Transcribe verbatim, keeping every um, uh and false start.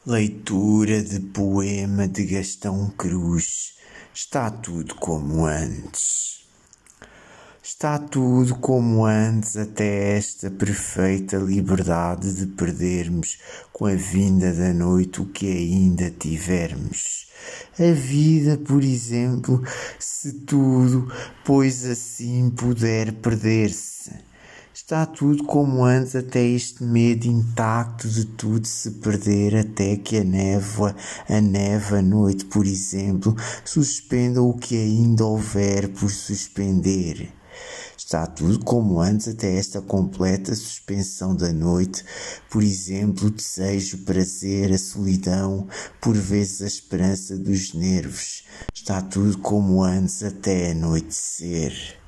Leitura de poema de Gastão Cruz. Está tudo como antes. Está tudo como antes até esta perfeita liberdade de perdermos com a vinda da noite o que ainda tivermos. A vida, por exemplo, se tudo, pois assim puder perder-se. Está tudo como antes até este medo intacto de tudo se perder, até que a névoa, a neve à noite, por exemplo, suspenda o que ainda houver por suspender. Está tudo como antes até esta completa suspensão da noite, por exemplo, o desejo, o prazer, a solidão, por vezes a esperança dos nervos. Está tudo como antes até anoitecer.